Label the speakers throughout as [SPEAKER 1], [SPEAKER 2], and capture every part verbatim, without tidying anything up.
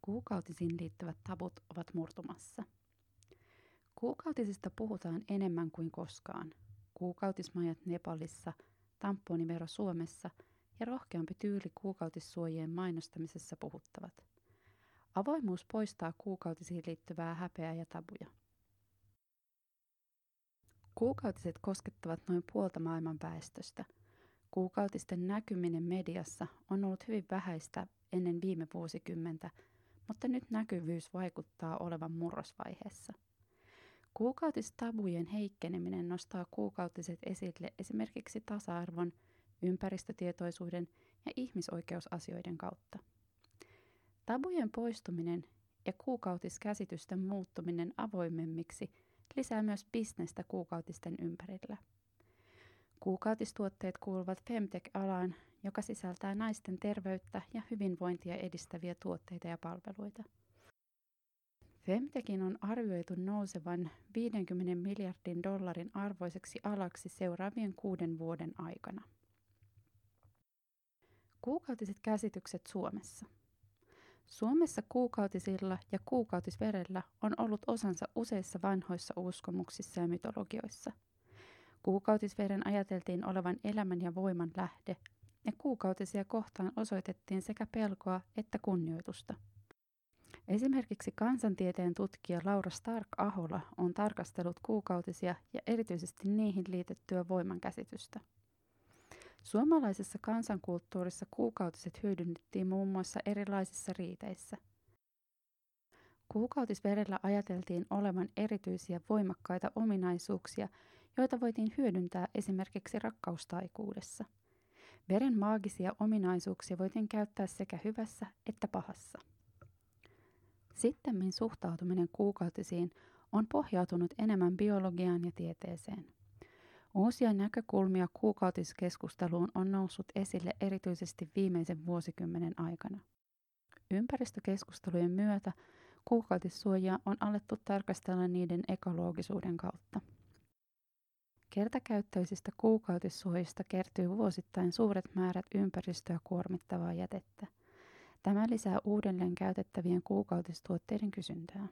[SPEAKER 1] Kuukautisiin liittyvät tabut ovat murtumassa. Kuukautisista puhutaan enemmän kuin koskaan. Kuukautismajat Nepalissa, tamponivero Suomessa ja rohkeampi tyyli kuukautissuojien mainostamisessa puhuttavat. Avoimuus poistaa kuukautisiin liittyvää häpeää ja tabuja. Kuukautiset koskettavat noin puolta maailman väestöstä. Kuukautisten näkyminen mediassa on ollut hyvin vähäistä ennen viime vuosikymmentä, mutta nyt näkyvyys vaikuttaa olevan murrosvaiheessa. Kuukautistabujen heikkeneminen nostaa kuukautiset esille esimerkiksi tasa-arvon, ympäristötietoisuuden ja ihmisoikeusasioiden kautta. Tabujen poistuminen ja kuukautiskäsitysten muuttuminen avoimemmiksi lisää myös bisnestä kuukautisten ympärillä. Kuukautistuotteet kuuluvat Femtech-alaan, joka sisältää naisten terveyttä ja hyvinvointia edistäviä tuotteita ja palveluita. Femtechin on arvioitu nousevan viidenkymmenen miljardin dollarin arvoiseksi alaksi seuraavien kuuden vuoden aikana. Kuukautiset käsitykset Suomessa. Suomessa kuukautisilla ja kuukautisverellä on ollut osansa useissa vanhoissa uskomuksissa ja mytologioissa. Kuukautisveren ajateltiin olevan elämän ja voiman lähde, ja kuukautisia kohtaan osoitettiin sekä pelkoa että kunnioitusta. Esimerkiksi kansantieteen tutkija Laura Stark-Ahola on tarkastellut kuukautisia ja erityisesti niihin liitettyä voimankäsitystä. Suomalaisessa kansankulttuurissa kuukautiset hyödynnettiin muun muassa erilaisissa riiteissä. Kuukautisverellä ajateltiin olevan erityisiä voimakkaita ominaisuuksia, joita voitiin hyödyntää esimerkiksi rakkaustaikuudessa. Veren maagisia ominaisuuksia voitiin käyttää sekä hyvässä että pahassa. Sittemmin suhtautuminen kuukautisiin on pohjautunut enemmän biologiaan ja tieteeseen. Uusia näkökulmia kuukautiskeskusteluun on noussut esille erityisesti viimeisen vuosikymmenen aikana. Ympäristökeskustelujen myötä kuukautissuojia on alettu tarkastella niiden ekologisuuden kautta. Kertakäyttöisistä kuukautissuojista kertyy vuosittain suuret määrät ympäristöä kuormittavaa jätettä. Tämä lisää uudelleen käytettävien kuukautistuotteiden kysyntää.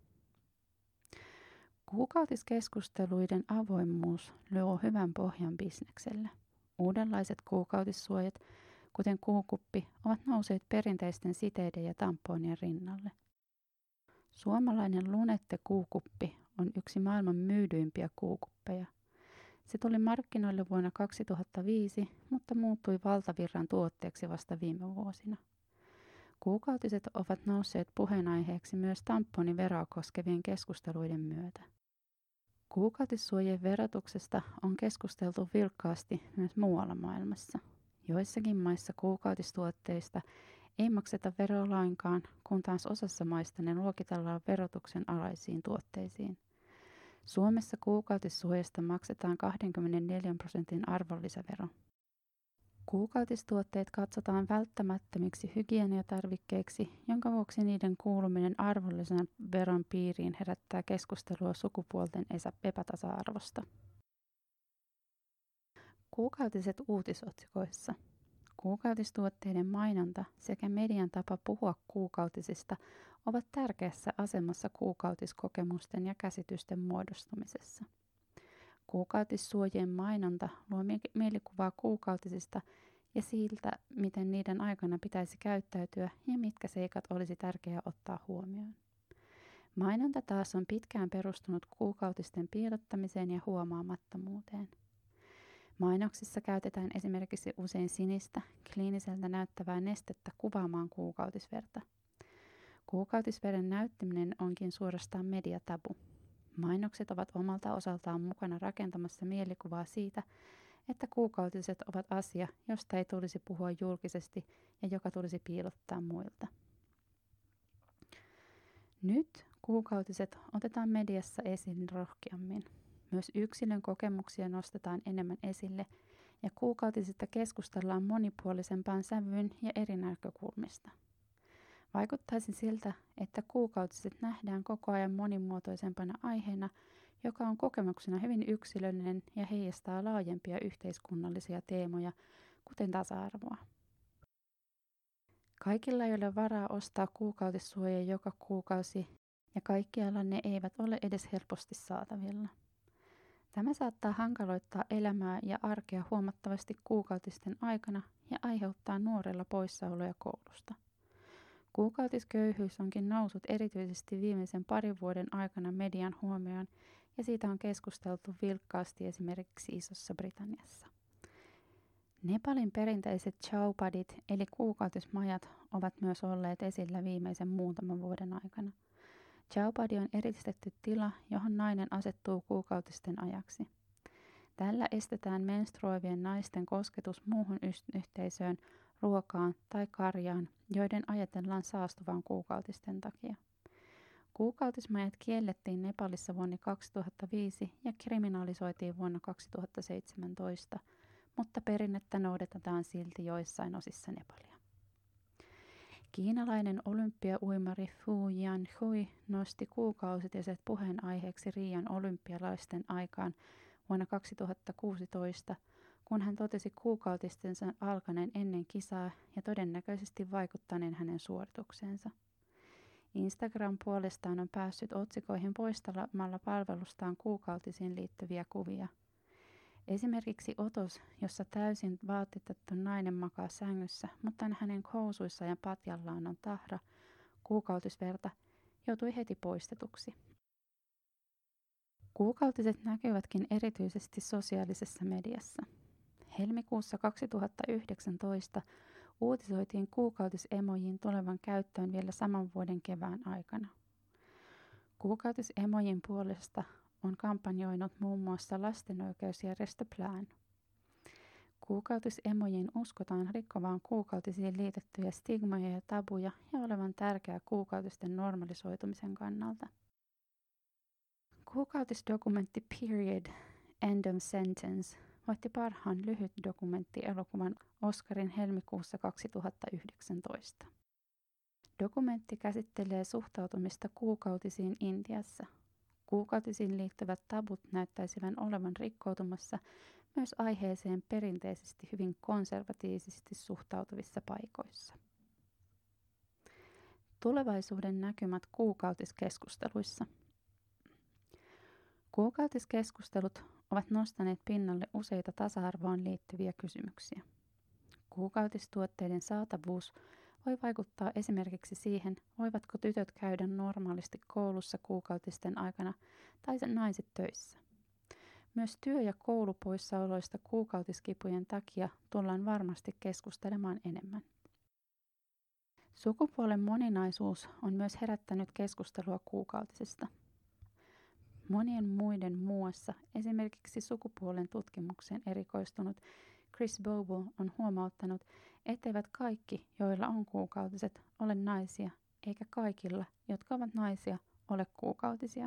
[SPEAKER 1] Kuukautiskeskusteluiden avoimuus luo hyvän pohjan bisnekselle. Uudenlaiset kuukautissuojat, kuten kuukuppi, ovat nousseet perinteisten siteiden ja tamponien rinnalle. Suomalainen Lunette-kuukuppi on yksi maailman myydyimpiä kuukuppeja. Se tuli markkinoille vuonna kaksituhattaviisi, mutta muuttui valtavirran tuotteeksi vasta viime vuosina. Kuukautiset ovat nousseet puheenaiheeksi myös tamponiveroa koskevien keskusteluiden myötä. Kuukautissuojien verotuksesta on keskusteltu vilkkaasti myös muualla maailmassa. Joissakin maissa kuukautistuotteista ei makseta veroa lainkaan, kun taas osassa maista ne luokitellaan verotuksen alaisiin tuotteisiin. Suomessa kuukautissuojasta maksetaan kaksikymmentäneljä prosentin arvonlisävero. Kuukautistuotteet katsotaan välttämättömiksi hygieniatarvikkeiksi, jonka vuoksi niiden kuuluminen arvonlisäveron piiriin herättää keskustelua sukupuolten epätasa-arvosta. Kuukautiset uutisotsikoissa. Kuukautistuotteiden mainonta sekä median tapa puhua kuukautisista ovat tärkeässä asemassa kuukautiskokemusten ja käsitysten muodostumisessa. Kuukautissuojien mainonta luo mielikuvaa kuukautisista ja siltä, miten niiden aikana pitäisi käyttäytyä ja mitkä seikat olisi tärkeää ottaa huomioon. Mainonta taas on pitkään perustunut kuukautisten piilottamiseen ja huomaamattomuuteen. Mainoksissa käytetään esimerkiksi usein sinistä, kliiniseltä näyttävää nestettä kuvaamaan kuukautisverta. Kuukautisveren näyttäminen onkin suorastaan mediatabu. Mainokset ovat omalta osaltaan mukana rakentamassa mielikuvaa siitä, että kuukautiset ovat asia, josta ei tulisi puhua julkisesti ja joka tulisi piilottaa muilta. Nyt kuukautiset otetaan mediassa esiin rohkeammin. Myös yksilön kokemuksia nostetaan enemmän esille ja kuukautisista keskustellaan monipuolisempaan sävyyn ja eri näkökulmista. Vaikuttaisi siltä, että kuukautiset nähdään koko ajan monimuotoisempana aiheena, joka on kokemuksena hyvin yksilöllinen ja heijastaa laajempia yhteiskunnallisia teemoja, kuten tasa-arvoa. Kaikilla ei ole varaa ostaa kuukautissuojia joka kuukausi ja kaikkialla ne eivät ole edes helposti saatavilla. Tämä saattaa hankaloittaa elämää ja arkea huomattavasti kuukautisten aikana ja aiheuttaa nuorilla poissaoloja koulusta. Kuukautisköyhyys onkin noussut erityisesti viimeisen parin vuoden aikana median huomioon ja siitä on keskusteltu vilkkaasti esimerkiksi Isossa Britanniassa. Nepalin perinteiset chaupadit eli kuukautismajat ovat myös olleet esillä viimeisen muutaman vuoden aikana. Chaupadi on eristetty tila, johon nainen asettuu kuukautisten ajaksi. Tällä estetään menstruoivien naisten kosketus muuhun yhteisöön, ruokaan tai karjaan, joiden ajatellaan saastuvan kuukautisten takia. Kuukautismajat kiellettiin Nepalissa vuonna kaksituhattaviisi ja kriminalisoitiin vuonna kaksituhattaseitsemäntoista, mutta perinnettä noudatetaan silti joissain osissa Nepalia. Kiinalainen olympiauimari Fu Jianhui nosti kuukausitiset puheenaiheeksi Rion olympialaisten aikaan vuonna kaksituhattakuusitoista, kun hän totesi kuukautistensa alkaneen ennen kisaa ja todennäköisesti vaikuttaneen hänen suoritukseensa. Instagram puolestaan on päässyt otsikoihin poistamalla palvelustaan kuukautisiin liittyviä kuvia. Esimerkiksi otos, jossa täysin vaatetettu nainen makaa sängyssä, mutta hänen housuissa ja patjallaan on tahra, kuukautisverta, joutui heti poistetuksi. Kuukautiset näkyvätkin erityisesti sosiaalisessa mediassa. Helmikuussa kaksituhattayhdeksäntoista uutisoitiin kuukautisemojin tulevan käyttöön vielä saman vuoden kevään aikana. Kuukautisemojin puolesta on kampanjoinut muun muassa lastenoikeusjärjestö Plan. Kuukautisemojin uskotaan rikkovaan kuukautisiin liitettyjä stigmoja ja tabuja ja olevan tärkeä kuukautisten normalisoitumisen kannalta. Kuukautisdokumentti Period, End of Sentence voitti parhaan lyhytdokumenttielokuvan Oscarin helmikuussa kaksituhattayhdeksäntoista. Dokumentti käsittelee suhtautumista kuukautisiin Intiassa. Kuukautisiin liittyvät tabut näyttäisivät olevan rikkoutumassa myös aiheeseen perinteisesti hyvin konservatiivisesti suhtautuvissa paikoissa. Tulevaisuuden näkymät kuukautiskeskusteluissa. Kuukautiskeskustelut ovat nostaneet pinnalle useita tasa-arvoon liittyviä kysymyksiä. Kuukautistuotteiden saatavuus voi vaikuttaa esimerkiksi siihen, voivatko tytöt käydä normaalisti koulussa kuukautisten aikana tai naiset töissä. Myös työ- ja koulupoissaoloista kuukautiskipujen takia tullaan varmasti keskustelemaan enemmän. Sukupuolen moninaisuus on myös herättänyt keskustelua kuukautisesta. Monien muiden muassa esimerkiksi sukupuolen tutkimukseen erikoistunut Chris Bobo on huomauttanut, etteivät kaikki, joilla on kuukautiset, ole naisia, eikä kaikilla, jotka ovat naisia, ole kuukautisia.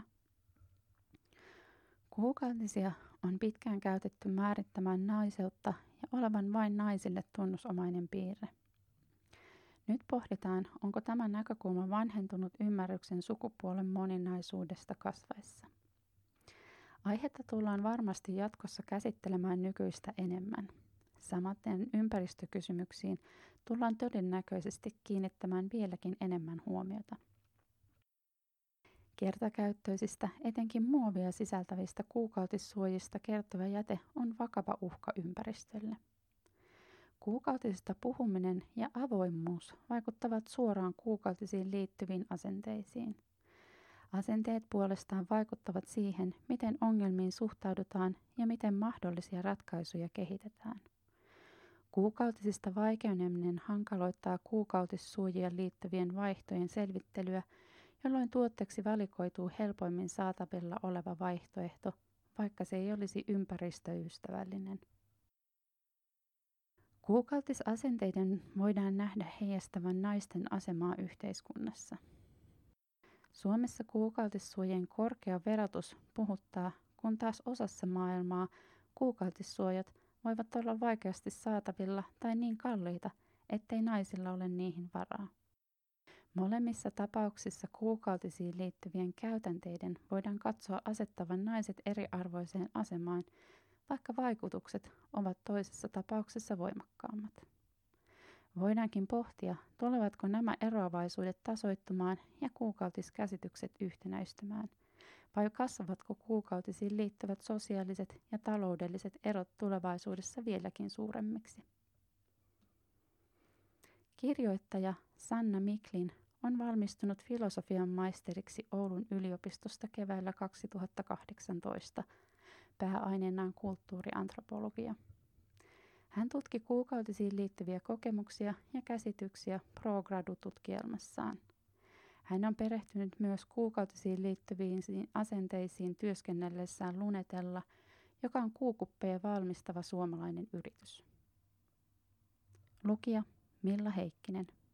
[SPEAKER 1] Kuukautisia on pitkään käytetty määrittämään naiseutta ja olevan vain naisille tunnusomainen piirre. Nyt pohditaan, onko tämä näkökulma vanhentunut ymmärryksen sukupuolen moninaisuudesta kasvaessa. Aihetta tullaan varmasti jatkossa käsittelemään nykyistä enemmän. Samaten ympäristökysymyksiin tullaan todennäköisesti kiinnittämään vieläkin enemmän huomiota. Kertakäyttöisistä, etenkin muovia sisältävistä kuukautissuojista kertova jäte on vakava uhka ympäristölle. Kuukautisista puhuminen ja avoimuus vaikuttavat suoraan kuukautisiin liittyviin asenteisiin. Asenteet puolestaan vaikuttavat siihen, miten ongelmiin suhtaudutaan ja miten mahdollisia ratkaisuja kehitetään. Kuukautisista vaikeuneminen hankaloittaa kuukautissuojia liittyvien vaihtojen selvittelyä, jolloin tuotteeksi valikoituu helpoimmin saatavilla oleva vaihtoehto, vaikka se ei olisi ympäristöystävällinen. Kuukautisasenteiden voidaan nähdä heijastavan naisten asemaa yhteiskunnassa. Suomessa kuukautissuojien korkea verotus puhuttaa, kun taas osassa maailmaa kuukautissuojat voivat olla vaikeasti saatavilla tai niin kalliita, ettei naisilla ole niihin varaa. Molemmissa tapauksissa kuukautisiin liittyvien käytänteiden voidaan katsoa asettavan naiset eriarvoiseen asemaan, vaikka vaikutukset ovat toisessa tapauksessa voimakkaammat. Voidaankin pohtia, tulevatko nämä eroavaisuudet tasoittumaan ja kuukautiskäsitykset yhtenäistymään, vai kasvavatko kuukautisiin liittyvät sosiaaliset ja taloudelliset erot tulevaisuudessa vieläkin suuremmiksi. Kirjoittaja Sanna Miklin on valmistunut filosofian maisteriksi Oulun yliopistosta keväällä kaksituhattakahdeksantoista, pääaineenaan kulttuuriantropologia. Hän tutki kuukautisiin liittyviä kokemuksia ja käsityksiä pro gradu-tutkielmassaan. Hän on perehtynyt myös kuukautisiin liittyviin asenteisiin työskennellessään Lunetella, joka on kuukuppeja valmistava suomalainen yritys. Lukija Milla Heikkinen.